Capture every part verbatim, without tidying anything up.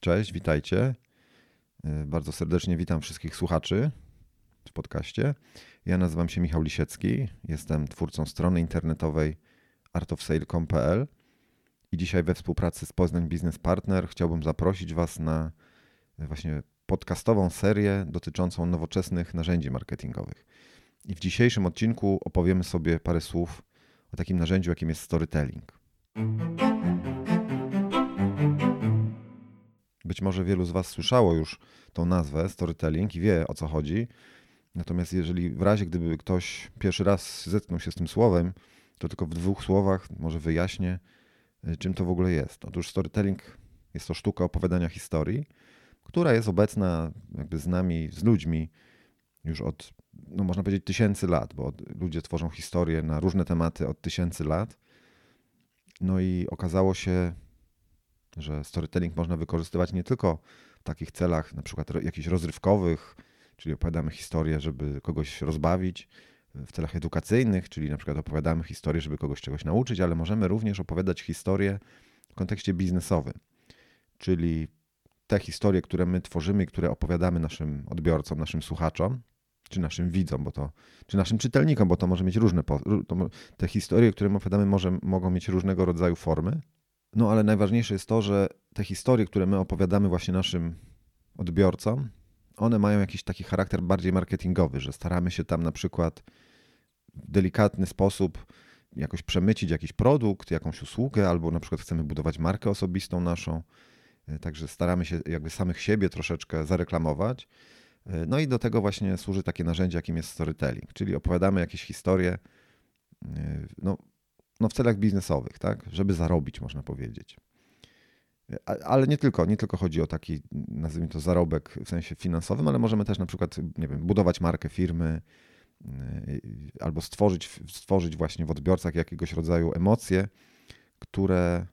Cześć, witajcie. Bardzo serdecznie witam wszystkich słuchaczy w podcaście. Ja nazywam się Michał Lisiecki, jestem twórcą strony internetowej art of sale kropka com kropka p l i dzisiaj we współpracy z Poznań Business Partner chciałbym zaprosić Was na właśnie podcastową serię dotyczącą nowoczesnych narzędzi marketingowych. I w dzisiejszym odcinku opowiemy sobie parę słów o takim narzędziu, jakim jest storytelling. Być może wielu z Was słyszało już tą nazwę storytelling i wie, o co chodzi. Natomiast jeżeli w razie, gdyby ktoś pierwszy raz zetknął się z tym słowem, to tylko w dwóch słowach może wyjaśnię, czym to w ogóle jest. Otóż storytelling jest to sztuka opowiadania historii, która jest obecna jakby z nami, z ludźmi już od, no można powiedzieć, tysięcy lat, bo ludzie tworzą historie na różne tematy od tysięcy lat. No i okazało się, że storytelling można wykorzystywać nie tylko w takich celach na przykład jakichś rozrywkowych, czyli opowiadamy historię, żeby kogoś rozbawić, w celach edukacyjnych, czyli na przykład opowiadamy historię, żeby kogoś czegoś nauczyć, ale możemy również opowiadać historię w kontekście biznesowym, czyli te historie, które my tworzymy i które opowiadamy naszym odbiorcom, naszym słuchaczom, czy naszym widzom, bo to, czy naszym czytelnikom, bo to może mieć różne, to, te historie, które my opowiadamy, może, mogą mieć różnego rodzaju formy. No ale najważniejsze jest to, że te historie, które my opowiadamy właśnie naszym odbiorcom, one mają jakiś taki charakter bardziej marketingowy, że staramy się tam na przykład w delikatny sposób jakoś przemycić jakiś produkt, jakąś usługę, albo na przykład chcemy budować markę osobistą naszą, także staramy się jakby samych siebie troszeczkę zareklamować. No i do tego właśnie służy takie narzędzie, jakim jest storytelling, czyli opowiadamy jakieś historie, no, no w celach biznesowych, tak, żeby zarobić, można powiedzieć. Ale nie tylko, nie tylko chodzi o taki, nazwijmy to, zarobek w sensie finansowym, ale możemy też na przykład, nie wiem, budować markę firmy albo stworzyć, stworzyć właśnie w odbiorcach jakiegoś rodzaju emocje, które,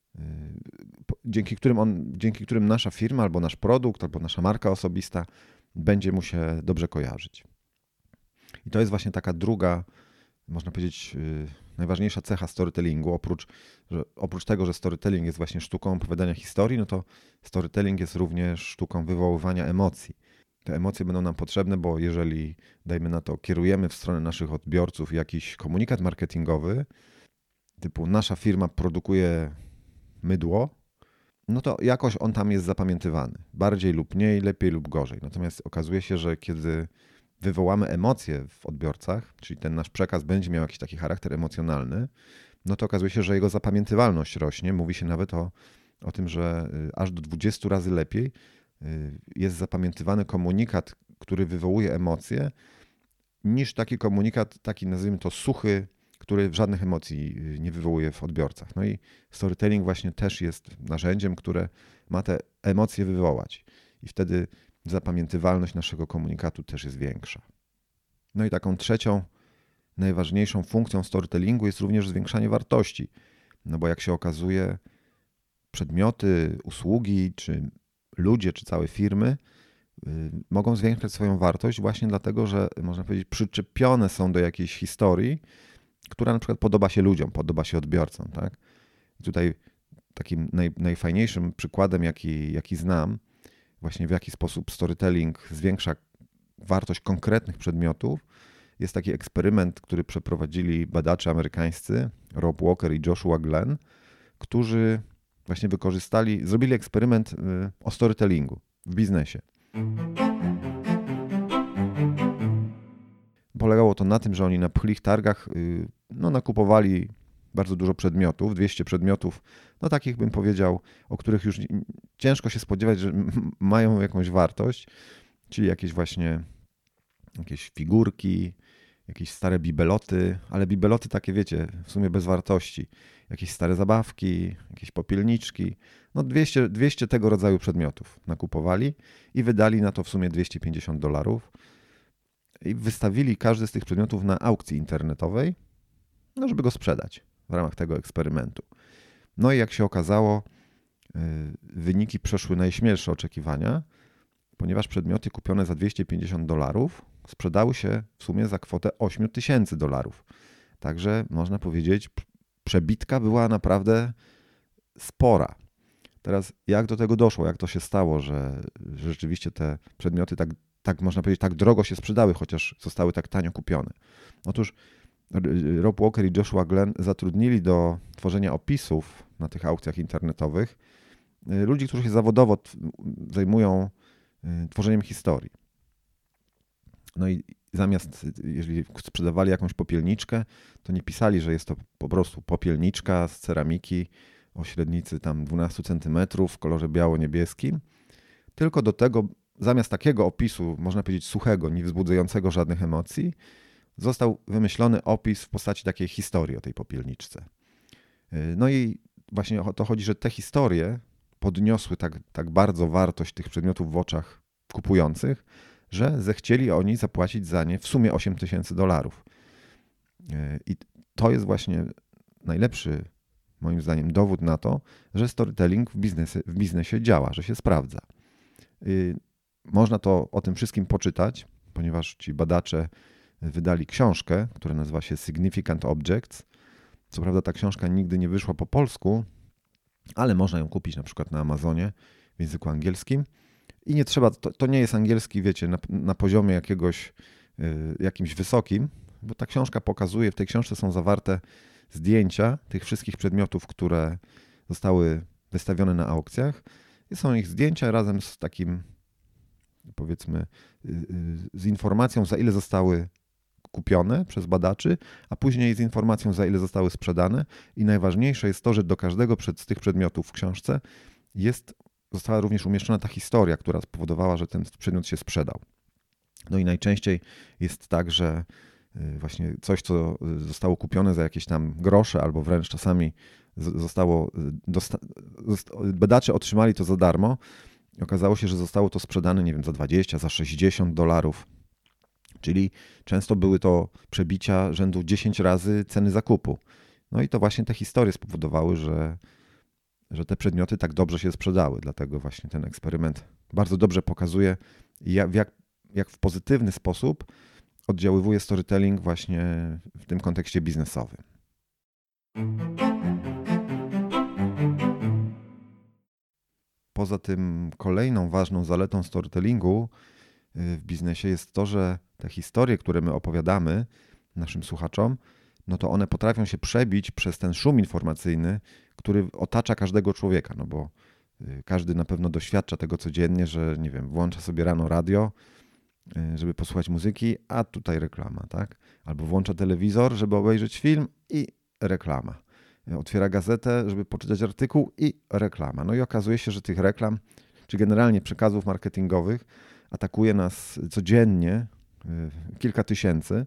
dzięki którym on, dzięki którym nasza firma albo nasz produkt, albo nasza marka osobista będzie mu się dobrze kojarzyć. I to jest właśnie taka druga, można powiedzieć, najważniejsza cecha storytellingu. Oprócz, że, oprócz tego, że storytelling jest właśnie sztuką opowiadania historii, no to storytelling jest również sztuką wywoływania emocji. Te emocje będą nam potrzebne, bo jeżeli, dajmy na to, kierujemy w stronę naszych odbiorców jakiś komunikat marketingowy, typu nasza firma produkuje mydło, no to jakoś on tam jest zapamiętywany. Bardziej lub mniej, lepiej lub gorzej. Natomiast okazuje się, że kiedy wywołamy emocje w odbiorcach, czyli ten nasz przekaz będzie miał jakiś taki charakter emocjonalny, no to okazuje się, że jego zapamiętywalność rośnie. Mówi się nawet o, o tym, że aż do dwudziestu razy lepiej jest zapamiętywany komunikat, który wywołuje emocje, niż taki komunikat, taki nazwijmy to suchy, który żadnych emocji nie wywołuje w odbiorcach. No i storytelling właśnie też jest narzędziem, które ma te emocje wywołać. I wtedy zapamiętywalność naszego komunikatu też jest większa. No i taką trzecią, najważniejszą funkcją storytellingu jest również zwiększanie wartości. No bo jak się okazuje, przedmioty, usługi, czy ludzie, czy całe firmy yy, mogą zwiększać swoją wartość właśnie dlatego, że można powiedzieć przyczepione są do jakiejś historii, która na przykład podoba się ludziom, podoba się odbiorcom. Tak? I tutaj takim naj, najfajniejszym przykładem, jaki, jaki znam, właśnie w jaki sposób storytelling zwiększa wartość konkretnych przedmiotów, jest taki eksperyment, który przeprowadzili badacze amerykańscy Rob Walker i Joshua Glenn, którzy właśnie wykorzystali, zrobili eksperyment o storytellingu w biznesie. Polegało to na tym, że oni na pchlich targach no, nakupowali bardzo dużo przedmiotów, dwieście przedmiotów, no takich bym powiedział, o których już ciężko się spodziewać, że mają jakąś wartość, czyli jakieś właśnie jakieś figurki, jakieś stare bibeloty, ale bibeloty takie, wiecie, w sumie bez wartości, jakieś stare zabawki, jakieś popielniczki, no dwieście, dwieście tego rodzaju przedmiotów nakupowali i wydali na to w sumie dwieście pięćdziesiąt dolarów i wystawili każdy z tych przedmiotów na aukcji internetowej, no żeby go sprzedać w ramach tego eksperymentu. No i jak się okazało, wyniki przeszły najśmielsze oczekiwania, ponieważ przedmioty kupione za dwieście pięćdziesiąt dolarów sprzedały się w sumie za kwotę osiem tysięcy dolarów. Także można powiedzieć, przebitka była naprawdę spora. Teraz jak do tego doszło, jak to się stało, że, że rzeczywiście te przedmioty tak, tak można powiedzieć, tak drogo się sprzedały, chociaż zostały tak tanio kupione? Otóż Rob Walker i Joshua Glenn zatrudnili do tworzenia opisów na tych aukcjach internetowych ludzi, którzy się zawodowo zajmują tworzeniem historii. No i zamiast, jeżeli sprzedawali jakąś popielniczkę, to nie pisali, że jest to po prostu popielniczka z ceramiki o średnicy tam dwanaście centymetrów w kolorze biało-niebieskim, tylko do tego, zamiast takiego opisu, można powiedzieć suchego, nie wzbudzającego żadnych emocji, został wymyślony opis w postaci takiej historii o tej popielniczce. No i właśnie o to chodzi, że te historie podniosły tak, tak bardzo wartość tych przedmiotów w oczach kupujących, że zechcieli oni zapłacić za nie w sumie osiem tysięcy dolarów. I to jest właśnie najlepszy, moim zdaniem, dowód na to, że storytelling w biznesie, w biznesie działa, że się sprawdza. Można to o tym wszystkim poczytać, ponieważ ci badacze wydali książkę, która nazywa się Significant Objects. Co prawda ta książka nigdy nie wyszła po polsku, ale można ją kupić na przykład na Amazonie w języku angielskim. I nie trzeba, to, to nie jest angielski, wiecie, na, na poziomie jakiegoś, y, jakimś wysokim, bo ta książka pokazuje, w tej książce są zawarte zdjęcia tych wszystkich przedmiotów, które zostały wystawione na aukcjach. I są ich zdjęcia razem z takim, powiedzmy, y, y, z informacją, za ile zostały kupione przez badaczy, a później z informacją, za ile zostały sprzedane. I najważniejsze jest to, że do każdego z tych przedmiotów w książce jest, została również umieszczona ta historia, która spowodowała, że ten przedmiot się sprzedał. No i najczęściej jest tak, że właśnie coś, co zostało kupione za jakieś tam grosze, albo wręcz czasami zostało, badacze otrzymali to za darmo i okazało się, że zostało to sprzedane, nie wiem, za dwadzieścia, za sześćdziesiąt dolarów. Czyli często były to przebicia rzędu dziesięć razy ceny zakupu. No i to właśnie te historie spowodowały, że, że te przedmioty tak dobrze się sprzedały. Dlatego właśnie ten eksperyment bardzo dobrze pokazuje, jak, jak, jak w pozytywny sposób oddziaływuje storytelling właśnie w tym kontekście biznesowym. Poza tym kolejną ważną zaletą storytellingu w biznesie jest to, że te historie, które my opowiadamy naszym słuchaczom, no to one potrafią się przebić przez ten szum informacyjny, który otacza każdego człowieka, no bo każdy na pewno doświadcza tego codziennie, że nie wiem, włącza sobie rano radio, żeby posłuchać muzyki, a tutaj reklama, tak? Albo włącza telewizor, żeby obejrzeć film i reklama. Otwiera gazetę, żeby poczytać artykuł i reklama. No i okazuje się, że tych reklam, czy generalnie przekazów marketingowych atakuje nas codziennie kilka tysięcy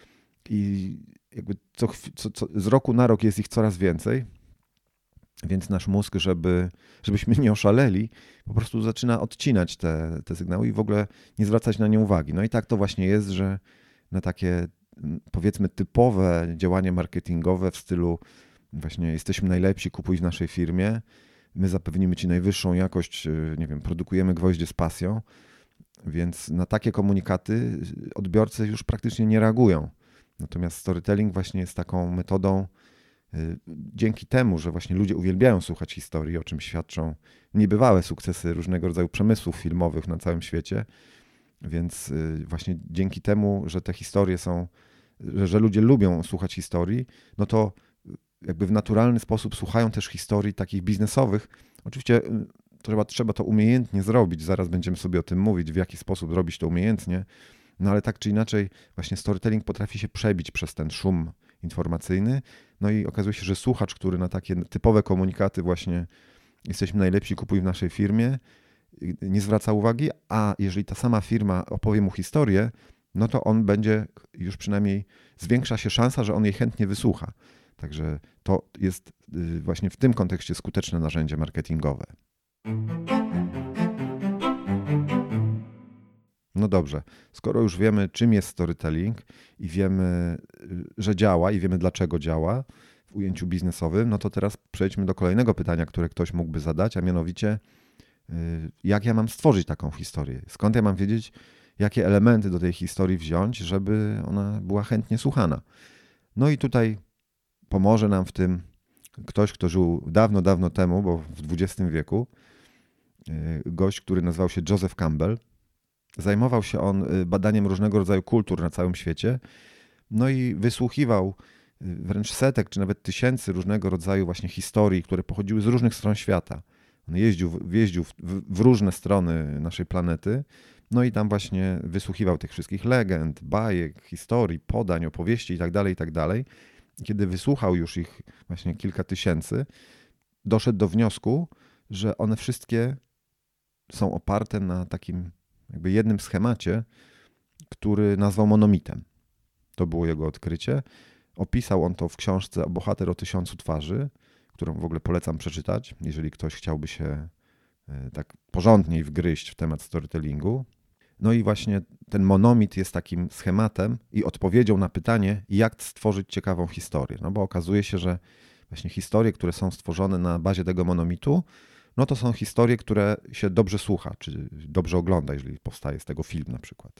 i jakby co, co, co, z roku na rok jest ich coraz więcej, więc nasz mózg, żeby, żebyśmy nie oszaleli, po prostu zaczyna odcinać te, te sygnały i w ogóle nie zwracać na nie uwagi. No i tak to właśnie jest, że na takie, powiedzmy, typowe działanie marketingowe w stylu właśnie jesteśmy najlepsi, kupuj w naszej firmie, my zapewnimy ci najwyższą jakość, nie wiem, produkujemy gwoździe z pasją, więc na takie komunikaty odbiorcy już praktycznie nie reagują. Natomiast storytelling właśnie jest taką metodą, dzięki temu, że właśnie ludzie uwielbiają słuchać historii, o czym świadczą niebywałe sukcesy różnego rodzaju przemysłów filmowych na całym świecie, więc właśnie dzięki temu, że te historie są, że, że ludzie lubią słuchać historii, no to jakby w naturalny sposób słuchają też historii takich biznesowych. Oczywiście trzeba, trzeba to umiejętnie zrobić, zaraz będziemy sobie o tym mówić, w jaki sposób robić to umiejętnie, no ale tak czy inaczej właśnie storytelling potrafi się przebić przez ten szum informacyjny, no i okazuje się, że słuchacz, który na takie typowe komunikaty właśnie jesteśmy najlepsi, kupuj w naszej firmie, nie zwraca uwagi, a jeżeli ta sama firma opowie mu historię, no to on będzie, już przynajmniej zwiększa się szansa, że on jej chętnie wysłucha. Także to jest właśnie w tym kontekście skuteczne narzędzie marketingowe. No dobrze, skoro już wiemy, czym jest storytelling i wiemy, że działa i wiemy, dlaczego działa w ujęciu biznesowym, no to teraz przejdźmy do kolejnego pytania, które ktoś mógłby zadać, a mianowicie jak ja mam stworzyć taką historię? Skąd ja mam wiedzieć, jakie elementy do tej historii wziąć, żeby ona była chętnie słuchana? No i tutaj pomoże nam w tym ktoś, kto żył dawno, dawno temu, bo w dwudziestym wieku, gość, który nazywał się Joseph Campbell. Zajmował się on badaniem różnego rodzaju kultur na całym świecie, no i wysłuchiwał wręcz setek, czy nawet tysięcy różnego rodzaju właśnie historii, które pochodziły z różnych stron świata. On jeździł, jeździł w, w różne strony naszej planety, no i tam właśnie wysłuchiwał tych wszystkich legend, bajek, historii, podań, opowieści itd., itd. Kiedy wysłuchał już ich właśnie kilka tysięcy, doszedł do wniosku, że one wszystkie są oparte na takim jakby jednym schemacie, który nazwał monomitem. To było jego odkrycie. Opisał on to w książce Bohater o tysiącu twarzy, którą w ogóle polecam przeczytać, jeżeli ktoś chciałby się tak porządniej wgryźć w temat storytellingu. No i właśnie ten monomit jest takim schematem i odpowiedzią na pytanie, jak stworzyć ciekawą historię. No bo okazuje się, że właśnie historie, które są stworzone na bazie tego monomitu, no to są historie, które się dobrze słucha, czy dobrze ogląda, jeżeli powstaje z tego film na przykład.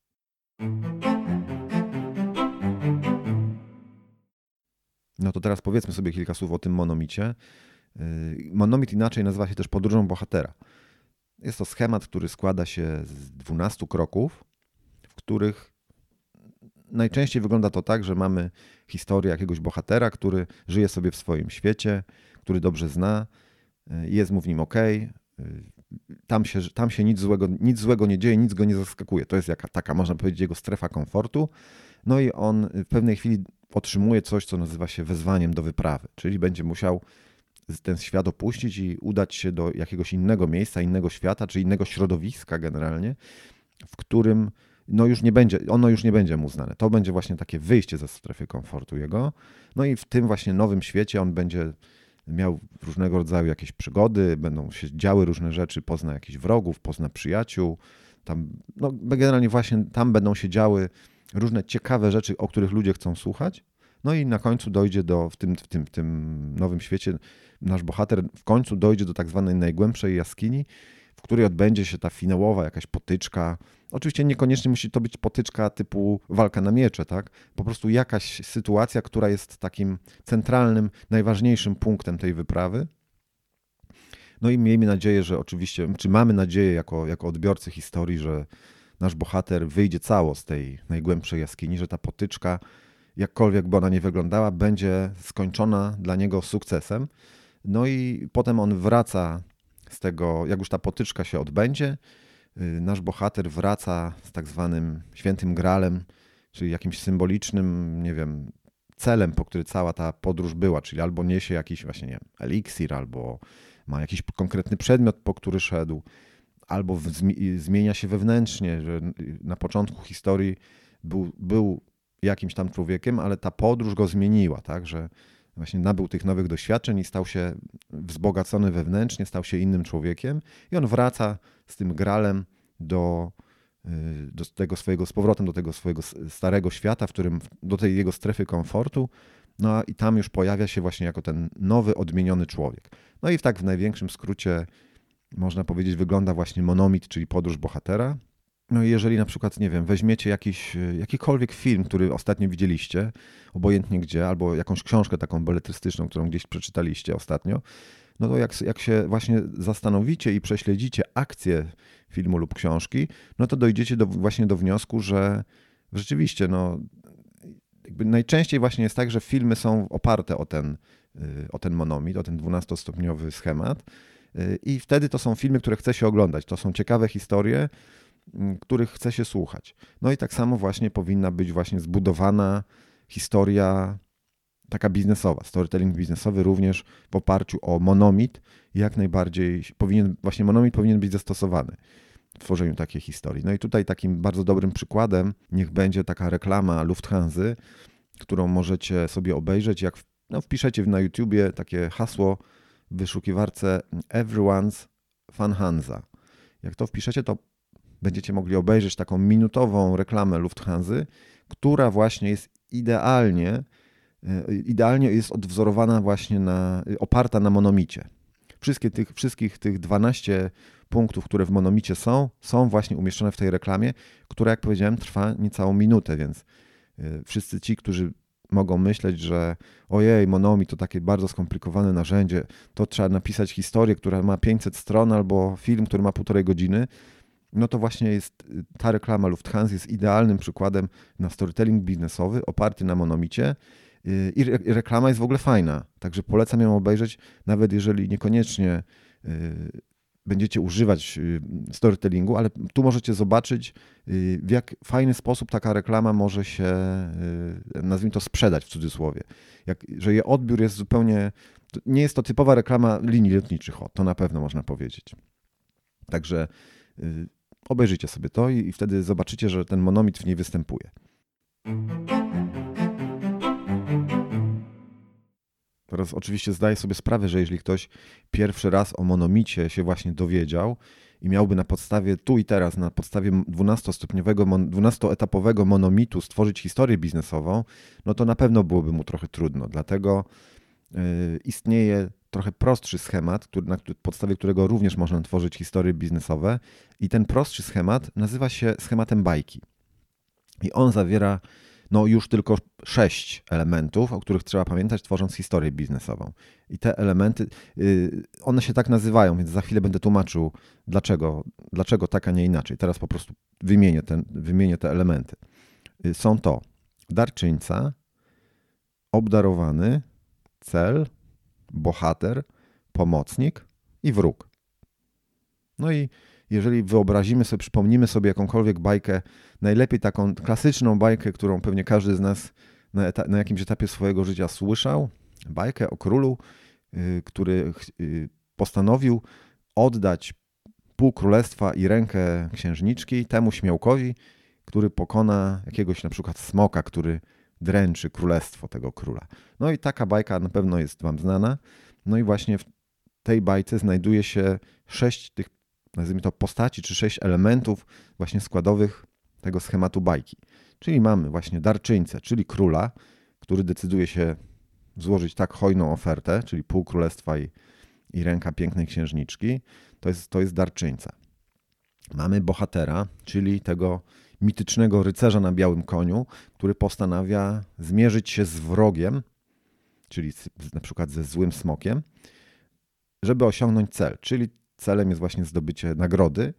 No to teraz powiedzmy sobie kilka słów o tym monomicie. Monomit inaczej nazywa się też podróżą bohatera. Jest to schemat, który składa się z dwunastu kroków, w których najczęściej wygląda to tak, że mamy historię jakiegoś bohatera, który żyje sobie w swoim świecie, który dobrze zna, jest mu w nim okej, tam się, tam się nic złego, nic złego nie dzieje, nic go nie zaskakuje. To jest jaka, taka, można powiedzieć, jego strefa komfortu. No i on w pewnej chwili otrzymuje coś, co nazywa się wezwaniem do wyprawy, czyli będzie musiał ten świat opuścić i udać się do jakiegoś innego miejsca, innego świata, czy innego środowiska generalnie, w którym no już nie będzie, ono już nie będzie mu znane. To będzie właśnie takie wyjście ze strefy komfortu jego. No i w tym właśnie nowym świecie on będzie miał różnego rodzaju jakieś przygody, będą się działy różne rzeczy, pozna jakichś wrogów, pozna przyjaciół. Tam, no generalnie właśnie tam będą się działy różne ciekawe rzeczy, o których ludzie chcą słuchać. No i na końcu dojdzie do, w tym, w tym, w tym nowym świecie, nasz bohater w końcu dojdzie do tak zwanej najgłębszej jaskini, w której odbędzie się ta finałowa jakaś potyczka. Oczywiście niekoniecznie musi to być potyczka typu walka na miecze, tak? Po prostu jakaś sytuacja, która jest takim centralnym, najważniejszym punktem tej wyprawy. No i miejmy nadzieję, że oczywiście, czy mamy nadzieję jako, jako odbiorcy historii, że nasz bohater wyjdzie cało z tej najgłębszej jaskini, że ta potyczka, jakkolwiek by ona nie wyglądała, będzie skończona dla niego sukcesem. No i potem on wraca z tego, jak już ta potyczka się odbędzie, nasz bohater wraca z tak zwanym świętym gralem, czyli jakimś symbolicznym, nie wiem, celem, po który cała ta podróż była, czyli albo niesie jakiś właśnie, nie wiem, eliksir, albo ma jakiś konkretny przedmiot, po który szedł, albo zmienia się wewnętrznie, że na początku historii był, był jakimś tam człowiekiem, ale ta podróż go zmieniła, tak, że właśnie nabył tych nowych doświadczeń i stał się wzbogacony wewnętrznie, stał się innym człowiekiem i on wraca z tym gralem do, do tego swojego, z powrotem do tego swojego starego świata, w którym, do tej jego strefy komfortu, no i tam już pojawia się właśnie jako ten nowy, odmieniony człowiek. No i w tak w największym skrócie można powiedzieć wygląda właśnie monomit, czyli podróż bohatera. No i jeżeli na przykład, nie wiem, weźmiecie jakiś, jakikolwiek film, który ostatnio widzieliście, obojętnie gdzie, albo jakąś książkę taką beletrystyczną, którą gdzieś przeczytaliście ostatnio, no to jak, jak się właśnie zastanowicie i prześledzicie akcję filmu lub książki, no to dojdziecie do, właśnie do wniosku, że rzeczywiście, no jakby najczęściej właśnie jest tak, że filmy są oparte o ten, o ten monomit, o ten dwunastostopniowy schemat i wtedy to są filmy, które chce się oglądać. To są ciekawe historie, których chce się słuchać. No i tak samo właśnie powinna być właśnie zbudowana historia taka biznesowa, storytelling biznesowy również w oparciu o monomit. Jak najbardziej powinien, właśnie monomit powinien być zastosowany w tworzeniu takiej historii. No i tutaj takim bardzo dobrym przykładem niech będzie taka reklama Lufthansy, którą możecie sobie obejrzeć, jak w, no, wpiszecie na YouTubie takie hasło w wyszukiwarce Everyone's Funhansa. Jak to wpiszecie, to będziecie mogli obejrzeć taką minutową reklamę Lufthansy, która właśnie jest idealnie, idealnie jest odwzorowana właśnie na, oparta na monomicie. Wszystkie tych, wszystkich tych dwanaście punktów, które w monomicie są, są właśnie umieszczone w tej reklamie, która, jak powiedziałem, trwa niecałą minutę, więc wszyscy ci, którzy mogą myśleć, że ojej, Monomii to takie bardzo skomplikowane narzędzie, to trzeba napisać historię, która ma pięćset stron albo film, który ma półtorej godziny, no to właśnie jest ta reklama Lufthansa jest idealnym przykładem na storytelling biznesowy oparty na monomicie i re- reklama jest w ogóle fajna, także polecam ją obejrzeć, nawet jeżeli niekoniecznie y, będziecie używać y, storytellingu, ale tu możecie zobaczyć, y, w jak fajny sposób taka reklama może się, y, nazwijmy to, sprzedać w cudzysłowie. Jak, że jej odbiór jest zupełnie, nie jest to typowa reklama linii lotniczych, o, to na pewno można powiedzieć. Także y, obejrzyjcie sobie to i, i wtedy zobaczycie, że ten monomit w niej występuje. Teraz oczywiście zdaję sobie sprawę, że jeżeli ktoś pierwszy raz o monomicie się właśnie dowiedział i miałby na podstawie tu i teraz, na podstawie dwunastostopniowego, dwunastoetapowego monomitu stworzyć historię biznesową, no to na pewno byłoby mu trochę trudno. Dlatego yy, istnieje trochę prostszy schemat, który, na podstawie którego również można tworzyć historie biznesowe i ten prostszy schemat nazywa się schematem bajki. I on zawiera no już tylko sześć elementów, o których trzeba pamiętać, tworząc historię biznesową. I te elementy, one się tak nazywają, więc za chwilę będę tłumaczył, dlaczego, dlaczego tak, a nie inaczej. Teraz po prostu wymienię, ten, wymienię te elementy. Są to darczyńca, obdarowany, cel, bohater, pomocnik i wróg. No i jeżeli wyobrazimy sobie, przypomnimy sobie jakąkolwiek bajkę, najlepiej taką klasyczną bajkę, którą pewnie każdy z nas na, eta- na jakimś etapie swojego życia słyszał, bajkę o królu, yy, który yy, postanowił oddać pół królestwa i rękę księżniczki temu śmiałkowi, który pokona jakiegoś na przykład smoka, który dręczy królestwo tego króla. No i taka bajka na pewno jest wam znana. No i właśnie w tej bajce znajduje się sześć tych, nazwijmy to, postaci, czy sześć elementów właśnie składowych tego schematu bajki. Czyli mamy właśnie darczyńcę, czyli króla, który decyduje się złożyć tak hojną ofertę, czyli pół królestwa i, i ręka pięknej księżniczki. To jest, to jest darczyńca. Mamy bohatera, czyli tego mitycznego rycerza na białym koniu, który postanawia zmierzyć się z wrogiem, czyli na przykład ze złym smokiem, żeby osiągnąć cel, czyli celem jest właśnie zdobycie nagrody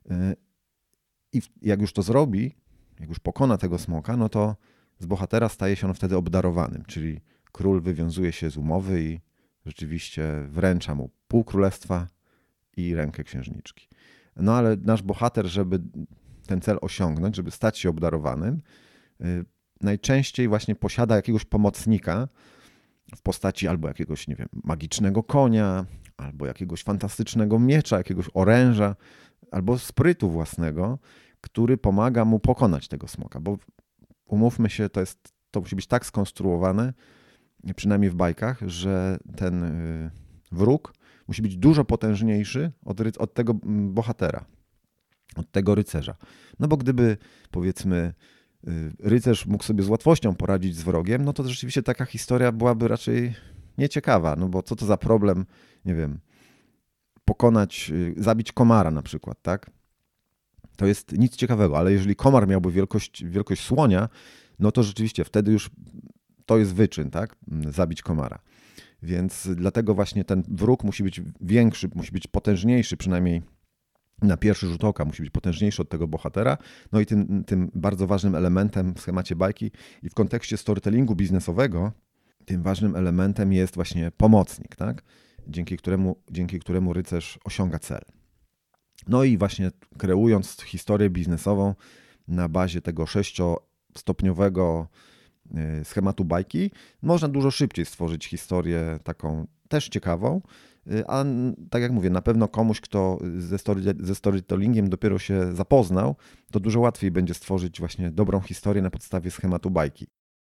i jak już to zrobi, jak już pokona tego smoka, no to z bohatera staje się on wtedy obdarowanym, czyli król wywiązuje się z umowy i rzeczywiście wręcza mu pół królestwa i rękę księżniczki. No ale nasz bohater, żeby ten cel osiągnąć, żeby stać się obdarowanym, najczęściej właśnie posiada jakiegoś pomocnika w postaci albo jakiegoś, nie wiem, magicznego konia, albo jakiegoś fantastycznego miecza, jakiegoś oręża, albo sprytu własnego, który pomaga mu pokonać tego smoka. Bo umówmy się, to, jest, to musi być tak skonstruowane, przynajmniej w bajkach, że ten wróg musi być dużo potężniejszy od, od tego bohatera, od tego rycerza. No bo gdyby, powiedzmy, rycerz mógł sobie z łatwością poradzić z wrogiem, no to rzeczywiście taka historia byłaby raczej nieciekawa, no bo co to za problem, nie wiem, pokonać, zabić komara na przykład, tak? To jest nic ciekawego, ale jeżeli komar miałby wielkość, wielkość słonia, no to rzeczywiście wtedy już to jest wyczyn, tak? Zabić komara. Więc dlatego właśnie ten wróg musi być większy, musi być potężniejszy, przynajmniej na pierwszy rzut oka musi być potężniejszy od tego bohatera. No i tym, tym bardzo ważnym elementem w schemacie bajki i w kontekście storytellingu biznesowego, tym ważnym elementem jest właśnie pomocnik, tak? Dzięki któremu, dzięki któremu rycerz osiąga cel. No i właśnie kreując historię biznesową na bazie tego sześciostopniowego schematu bajki, można dużo szybciej stworzyć historię taką też ciekawą, a tak jak mówię, na pewno komuś, kto ze, story, ze storytellingiem dopiero się zapoznał, to dużo łatwiej będzie stworzyć właśnie dobrą historię na podstawie schematu bajki.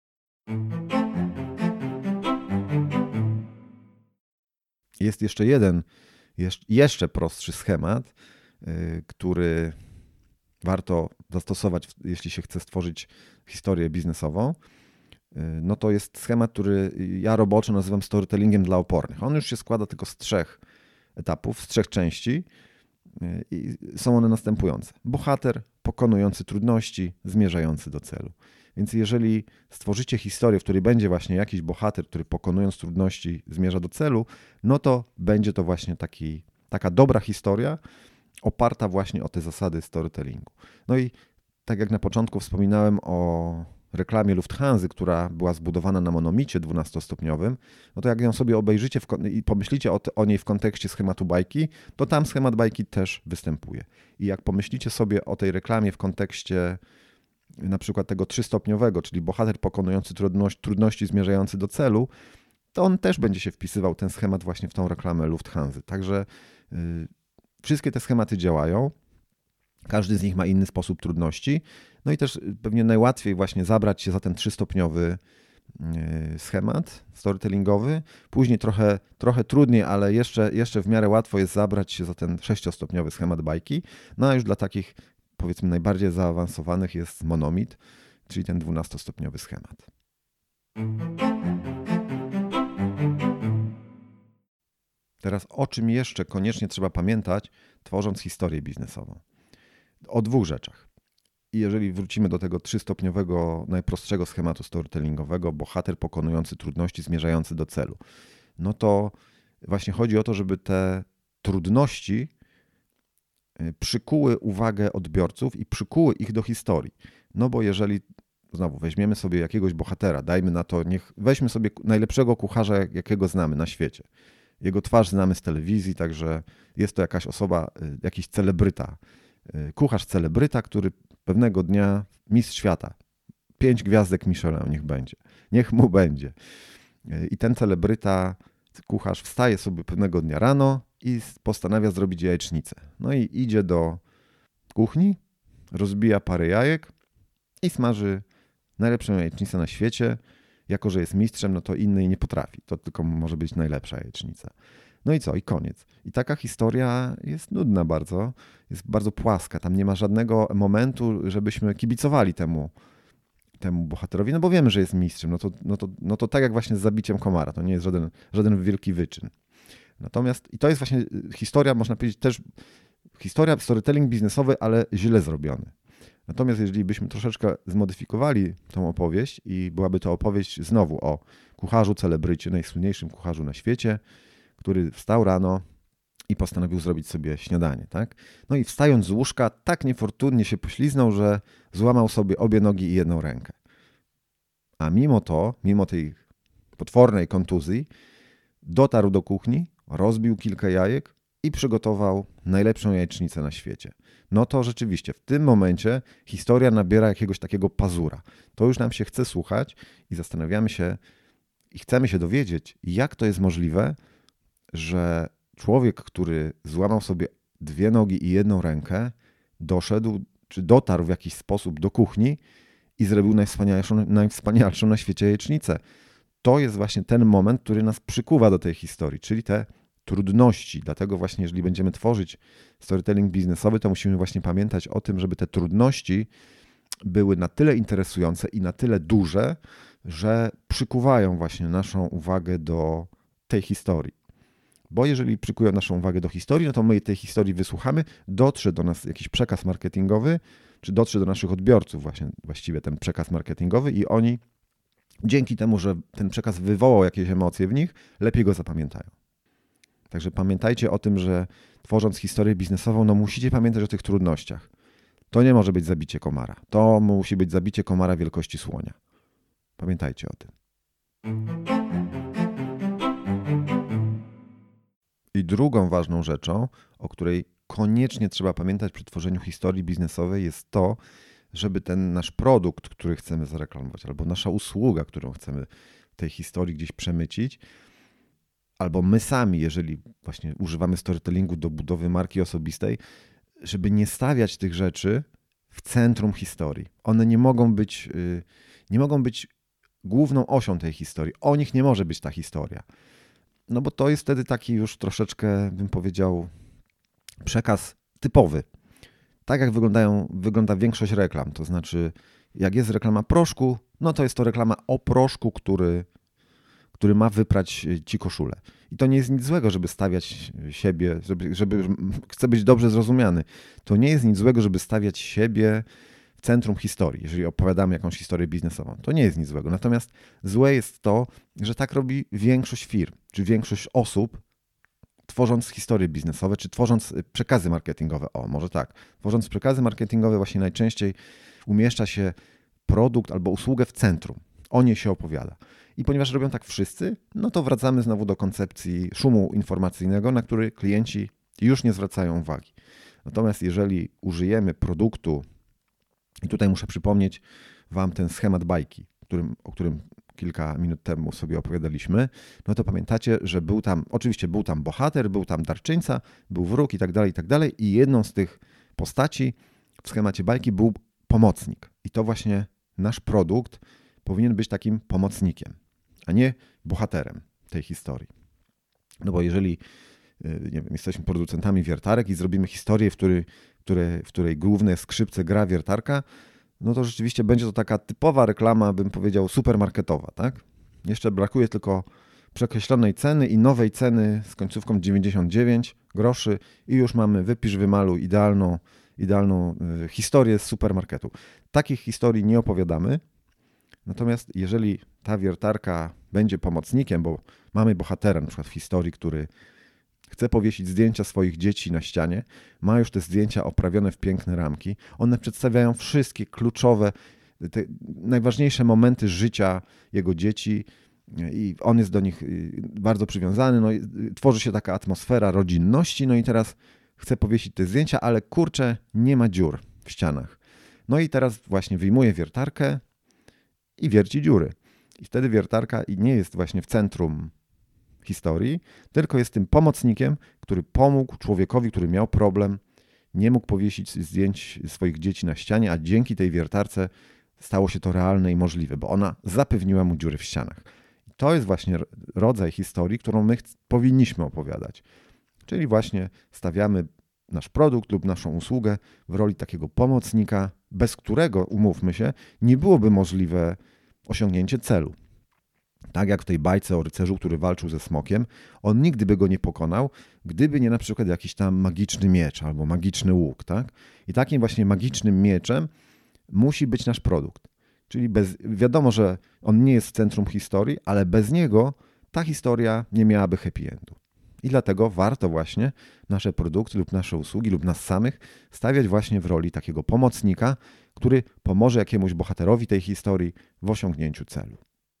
Jest jeszcze jeden, jeszcze prostszy schemat, który warto zastosować, jeśli się chce stworzyć historię biznesową. No to jest schemat, który ja roboczo nazywam storytellingiem dla opornych. On już się składa tylko z trzech etapów, z trzech części i są one następujące. Bohater, pokonujący trudności, zmierzający do celu. Więc jeżeli stworzycie historię, w której będzie właśnie jakiś bohater, który pokonując trudności zmierza do celu, no to będzie to właśnie taki, taka dobra historia oparta właśnie o te zasady storytellingu. No i tak jak na początku wspominałem o reklamie Lufthansy, która była zbudowana na monomicie dwunastostopniowym, no to jak ją sobie obejrzycie w, i pomyślicie o, o niej w kontekście schematu bajki, to tam schemat bajki też występuje. I jak pomyślicie sobie o tej reklamie w kontekście na przykład tego trzystopniowego, czyli bohater pokonujący trudność, trudności zmierzający do celu, to on też będzie się wpisywał, ten schemat właśnie w tą reklamę Lufthansy. Także yy, wszystkie te schematy działają. Każdy z nich ma inny sposób trudności. No i też pewnie najłatwiej właśnie zabrać się za ten trzystopniowy schemat storytellingowy. Później trochę, trochę trudniej, ale jeszcze, jeszcze w miarę łatwo jest zabrać się za ten sześciostopniowy schemat bajki. No a już dla takich, powiedzmy, najbardziej zaawansowanych jest monomit, czyli ten dwunastostopniowy schemat. Teraz o czym jeszcze koniecznie trzeba pamiętać, tworząc historię biznesową? O dwóch rzeczach. I jeżeli wrócimy do tego trzystopniowego, najprostszego schematu storytellingowego, bohater pokonujący trudności, zmierzający do celu, no to właśnie chodzi o to, żeby te trudności przykuły uwagę odbiorców i przykuły ich do historii. No bo jeżeli, znowu, weźmiemy sobie jakiegoś bohatera, dajmy na to, niech weźmy sobie najlepszego kucharza, jakiego znamy na świecie. Jego twarz znamy z telewizji, także jest to jakaś osoba, jakiś celebryta. Kucharz celebryta, który pewnego dnia mistrz świata. Pięć gwiazdek Michelin niech będzie. Niech mu będzie. I ten celebryta, kucharz wstaje sobie pewnego dnia rano i postanawia zrobić jajecznicę. No i idzie do kuchni, rozbija parę jajek i smaży najlepszą jajecznicę na świecie. Jako że jest mistrzem, no to innej nie potrafi. To tylko może być najlepsza jajecznica. No i co? I koniec. I taka historia jest nudna bardzo, jest bardzo płaska. Tam nie ma żadnego momentu, żebyśmy kibicowali temu, temu bohaterowi, no bo wiemy, że jest mistrzem. No to, no to, no to tak jak właśnie z zabiciem komara. To nie jest żaden, żaden wielki wyczyn. Natomiast, i to jest właśnie historia, można powiedzieć też, historia, storytelling biznesowy, ale źle zrobiony. Natomiast jeżeli byśmy troszeczkę zmodyfikowali tą opowieść i byłaby to opowieść znowu o kucharzu celebrycie, najsłynniejszym kucharzu na świecie, który wstał rano i postanowił zrobić sobie śniadanie, tak? No i wstając z łóżka tak niefortunnie się pośliznął, że złamał sobie obie nogi i jedną rękę. A mimo to, mimo tej potwornej kontuzji, dotarł do kuchni, rozbił kilka jajek i przygotował najlepszą jajecznicę na świecie. No to rzeczywiście w tym momencie historia nabiera jakiegoś takiego pazura. To już nam się chce słuchać i zastanawiamy się i chcemy się dowiedzieć, jak to jest możliwe, że człowiek, który złamał sobie dwie nogi i jedną rękę, doszedł, czy dotarł w jakiś sposób do kuchni i zrobił najwspanialszą, najwspanialszą na świecie jajecznicę. To jest właśnie ten moment, który nas przykuwa do tej historii, czyli te trudności. Dlatego właśnie, jeżeli będziemy tworzyć storytelling biznesowy, to musimy właśnie pamiętać o tym, żeby te trudności były na tyle interesujące i na tyle duże, że przykuwają właśnie naszą uwagę do tej historii. Bo jeżeli przykują naszą uwagę do historii, no to my tej historii wysłuchamy, dotrze do nas jakiś przekaz marketingowy, czy dotrze do naszych odbiorców właśnie właściwie ten przekaz marketingowy i oni dzięki temu, że ten przekaz wywołał jakieś emocje w nich, lepiej go zapamiętają. Także pamiętajcie o tym, że tworząc historię biznesową, no musicie pamiętać o tych trudnościach. To nie może być zabicie komara. To musi być zabicie komara wielkości słonia. Pamiętajcie o tym. I drugą ważną rzeczą, o której koniecznie trzeba pamiętać przy tworzeniu historii biznesowej, jest to, żeby ten nasz produkt, który chcemy zareklamować, albo nasza usługa, którą chcemy w tej historii gdzieś przemycić, albo my sami, jeżeli właśnie używamy storytellingu do budowy marki osobistej, żeby nie stawiać tych rzeczy w centrum historii. One nie mogą być, nie mogą być główną osią tej historii. O nich nie może być ta historia. No bo to jest wtedy taki już troszeczkę, bym powiedział, przekaz typowy. Tak jak wyglądają, wygląda większość reklam. To znaczy, jak jest reklama proszku, no to jest to reklama o proszku, który, który ma wyprać ci koszulę. I to nie jest nic złego, żeby stawiać siebie, żeby, żeby chcę być dobrze zrozumiany. To nie jest nic złego, żeby stawiać siebie w centrum historii, jeżeli opowiadamy jakąś historię biznesową. To nie jest nic złego. Natomiast złe jest to, że tak robi większość firm, czy większość osób, tworząc historie biznesowe, czy tworząc przekazy marketingowe. O, może tak. Tworząc przekazy marketingowe właśnie najczęściej umieszcza się produkt albo usługę w centrum. O nie się opowiada. I ponieważ robią tak wszyscy, no to wracamy znowu do koncepcji szumu informacyjnego, na który klienci już nie zwracają uwagi. Natomiast jeżeli użyjemy produktu, i tutaj muszę przypomnieć Wam ten schemat bajki, którym, o którym kilka minut temu sobie opowiadaliśmy, no to pamiętacie, że był tam, oczywiście był tam bohater, był tam darczyńca, był wróg i tak dalej, i tak dalej. I jedną z tych postaci w schemacie bajki był pomocnik. I to właśnie nasz produkt powinien być takim pomocnikiem, a nie bohaterem tej historii. No bo jeżeli nie wiem, jesteśmy producentami wiertarek i zrobimy historię, w której, w której, w której główne skrzypce gra wiertarka, no to rzeczywiście będzie to taka typowa reklama, bym powiedział, supermarketowa, tak? Jeszcze brakuje tylko przekreślonej ceny i nowej ceny z końcówką dziewięćdziesiąt dziewięć groszy i już mamy wypisz, wymaluj idealną, idealną historię z supermarketu. Takich historii nie opowiadamy, natomiast jeżeli ta wiertarka będzie pomocnikiem, bo mamy bohatera na przykład w historii, który chce powiesić zdjęcia swoich dzieci na ścianie, ma już te zdjęcia oprawione w piękne ramki. One przedstawiają wszystkie kluczowe, te najważniejsze momenty życia jego dzieci i on jest do nich bardzo przywiązany. No, tworzy się taka atmosfera rodzinności, no i teraz chce powiesić te zdjęcia, ale kurczę, nie ma dziur w ścianach. No i teraz właśnie wyjmuje wiertarkę i wierci dziury. I wtedy wiertarka nie jest właśnie w centrum historii, tylko jest tym pomocnikiem, który pomógł człowiekowi, który miał problem, nie mógł powiesić zdjęć swoich dzieci na ścianie, a dzięki tej wiertarce stało się to realne i możliwe, bo ona zapewniła mu dziury w ścianach. I to jest właśnie rodzaj historii, którą my powinniśmy opowiadać. Czyli właśnie stawiamy nasz produkt lub naszą usługę w roli takiego pomocnika, bez którego, umówmy się, nie byłoby możliwe osiągnięcie celu. Tak jak w tej bajce o rycerzu, który walczył ze smokiem, on nigdy by go nie pokonał, gdyby nie na przykład jakiś tam magiczny miecz albo magiczny łuk, tak? I takim właśnie magicznym mieczem musi być nasz produkt. Czyli bez, wiadomo, że on nie jest w centrum historii, ale bez niego ta historia nie miałaby happy endu. I dlatego warto właśnie nasze produkty lub nasze usługi lub nas samych stawiać właśnie w roli takiego pomocnika, który pomoże jakiemuś bohaterowi tej historii w osiągnięciu celu.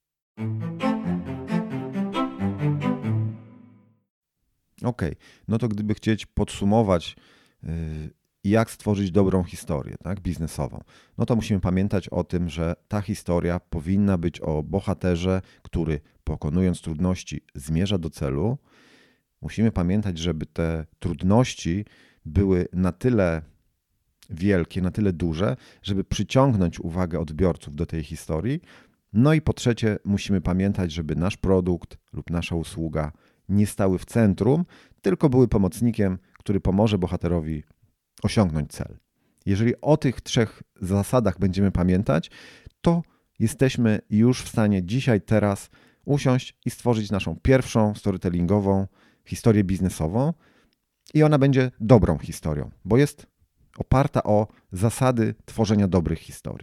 Ok, no to gdyby chcieć podsumować, yy, jak stworzyć dobrą historię, tak, biznesową, no to musimy pamiętać o tym, że ta historia powinna być o bohaterze, który pokonując trudności zmierza do celu. Musimy pamiętać, żeby te trudności były na tyle wielkie, na tyle duże, żeby przyciągnąć uwagę odbiorców do tej historii. No i po trzecie, musimy pamiętać, żeby nasz produkt lub nasza usługa nie stały w centrum, tylko były pomocnikiem, który pomoże bohaterowi osiągnąć cel. Jeżeli o tych trzech zasadach będziemy pamiętać, to jesteśmy już w stanie dzisiaj, teraz usiąść i stworzyć naszą pierwszą storytellingową historię biznesową i ona będzie dobrą historią, bo jest oparta o zasady tworzenia dobrych historii.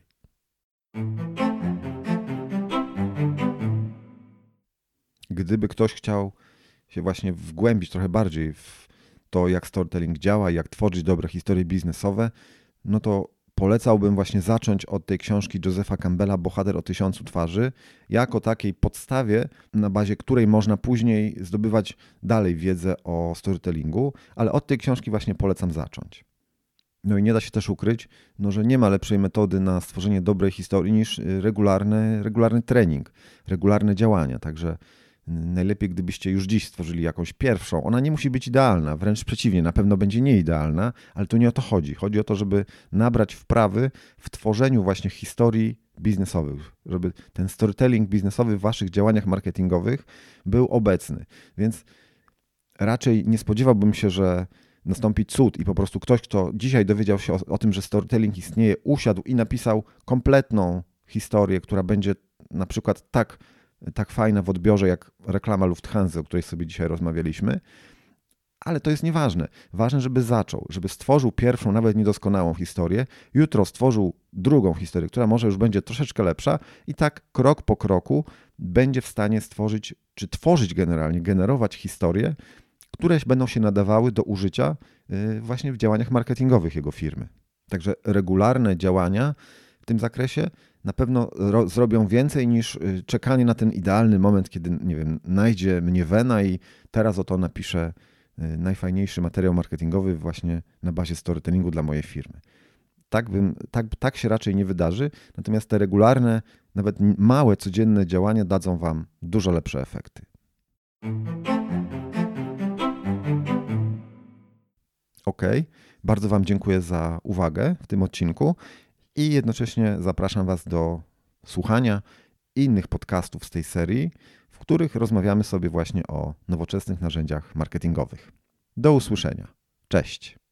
Gdyby ktoś chciał się właśnie wgłębić trochę bardziej w to, jak storytelling działa, jak tworzyć dobre historie biznesowe, no to polecałbym właśnie zacząć od tej książki Josepha Campbella Bohater o tysiącu twarzy, jako takiej podstawie, na bazie której można później zdobywać dalej wiedzę o storytellingu, ale od tej książki właśnie polecam zacząć. No i nie da się też ukryć, no, że nie ma lepszej metody na stworzenie dobrej historii niż regularny, regularny trening, regularne działania, także najlepiej, gdybyście już dziś stworzyli jakąś pierwszą. Ona nie musi być idealna, wręcz przeciwnie, na pewno będzie nieidealna, ale tu nie o to chodzi. Chodzi o to, żeby nabrać wprawy w tworzeniu właśnie historii biznesowych, żeby ten storytelling biznesowy w waszych działaniach marketingowych był obecny. Więc raczej nie spodziewałbym się, że nastąpi cud i po prostu ktoś, kto dzisiaj dowiedział się o, o tym, że storytelling istnieje, usiadł i napisał kompletną historię, która będzie na przykład tak tak fajna w odbiorze jak reklama Lufthansa, o której sobie dzisiaj rozmawialiśmy, ale to jest nieważne. Ważne, żeby zaczął, żeby stworzył pierwszą, nawet niedoskonałą historię, jutro stworzył drugą historię, która może już będzie troszeczkę lepsza i tak krok po kroku będzie w stanie stworzyć, czy tworzyć generalnie, generować historie, które będą się nadawały do użycia właśnie w działaniach marketingowych jego firmy. Także regularne działania w tym zakresie na pewno ro- zrobią więcej niż czekanie na ten idealny moment, kiedy, nie wiem, najdzie mnie wena i teraz oto napiszę najfajniejszy materiał marketingowy właśnie na bazie storytellingu dla mojej firmy. Tak, bym, tak, tak się raczej nie wydarzy, natomiast te regularne, nawet małe, codzienne działania dadzą Wam dużo lepsze efekty. Ok, bardzo Wam dziękuję za uwagę w tym odcinku i jednocześnie zapraszam Was do słuchania innych podcastów z tej serii, w których rozmawiamy sobie właśnie o nowoczesnych narzędziach marketingowych. Do usłyszenia. Cześć.